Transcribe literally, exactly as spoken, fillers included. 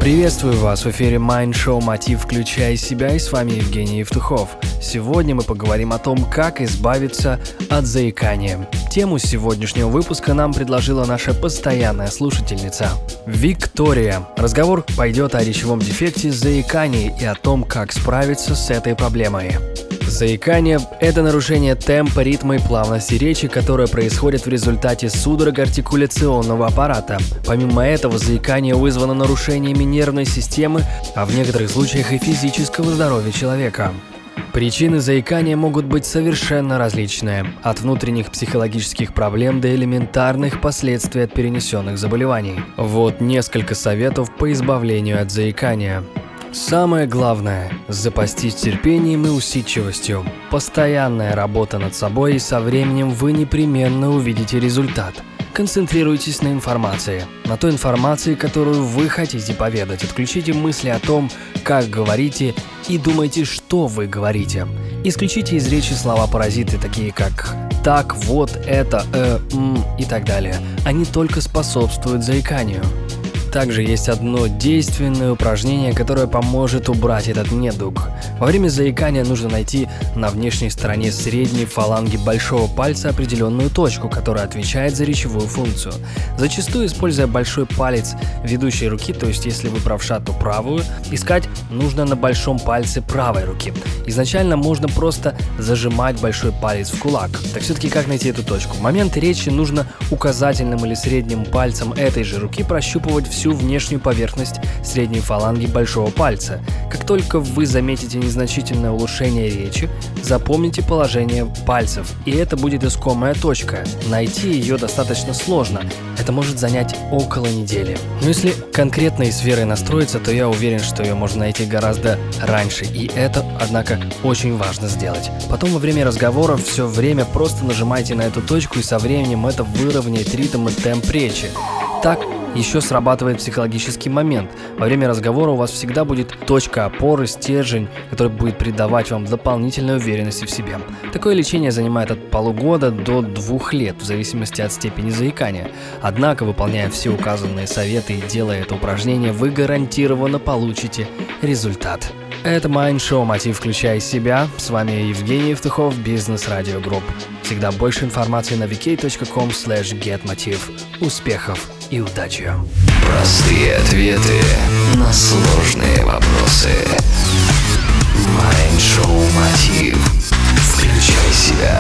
Приветствую вас, в эфире Mind Show Мотив «Включай себя», и с вами Евгений Евтухов. Сегодня мы поговорим о том, как избавиться от заикания. Тему сегодняшнего выпуска нам предложила наша постоянная слушательница Виктория. Разговор пойдет о речевом дефекте заикания и о том, как справиться с этой проблемой. Заикание – это нарушение темпа, ритма и плавности речи, которое происходит в результате судорог артикуляционного аппарата. Помимо этого, заикание вызвано нарушениями нервной системы, а в некоторых случаях и физического здоровья человека. Причины заикания могут быть совершенно различные, от внутренних психологических проблем до элементарных последствий от перенесенных заболеваний. Вот несколько советов по избавлению от заикания. Самое главное – запастись терпением и усидчивостью. Постоянная работа над собой, и со временем вы непременно увидите результат. Концентрируйтесь на информации, на той информации, которую вы хотите поведать. Отключите мысли о том, как говорите, и думайте, что вы говорите. Исключите из речи слова-паразиты, такие как «так», «вот», «это», «э», «м» и так далее. Они только способствуют заиканию. Также есть одно действенное упражнение, которое поможет убрать этот недуг. Во время заикания нужно найти на внешней стороне средней фаланги большого пальца определенную точку, которая отвечает за речевую функцию. Зачастую, используя большой палец ведущей руки, то есть если вы правша, то правую, искать нужно на большом пальце правой руки. Изначально можно просто зажимать большой палец в кулак. Так все-таки как найти эту точку? В момент речи нужно указательным или средним пальцем этой же руки прощупывать всю всю внешнюю поверхность средней фаланги большого пальца. Как только вы заметите незначительное улучшение речи, запомните положение пальцев, и это будет искомая точка. Найти ее достаточно сложно, это может занять около недели. Но если конкретной сферой настроиться, то я уверен, что ее можно найти гораздо раньше, и это, однако, очень важно сделать. Потом во время разговора все время просто нажимайте на эту точку, и со временем это выровняет ритм и темп речи. Так еще срабатывает психологический момент. Во время разговора у вас всегда будет точка опоры, стержень, который будет придавать вам дополнительной уверенности в себе. Такое лечение занимает от полугода до двух лет, в зависимости от степени заикания. Однако, выполняя все указанные советы и делая это упражнение, вы гарантированно получите результат. Это Mind Show Мотив «Включай себя». С вами Евгений Евтухов, Бизнес Радио Групп. Всегда больше информации на ви кей точка ком слэш гет мотив. Успехов и удачи! Простые ответы на сложные вопросы. Mind Show Мотив. Включай себя.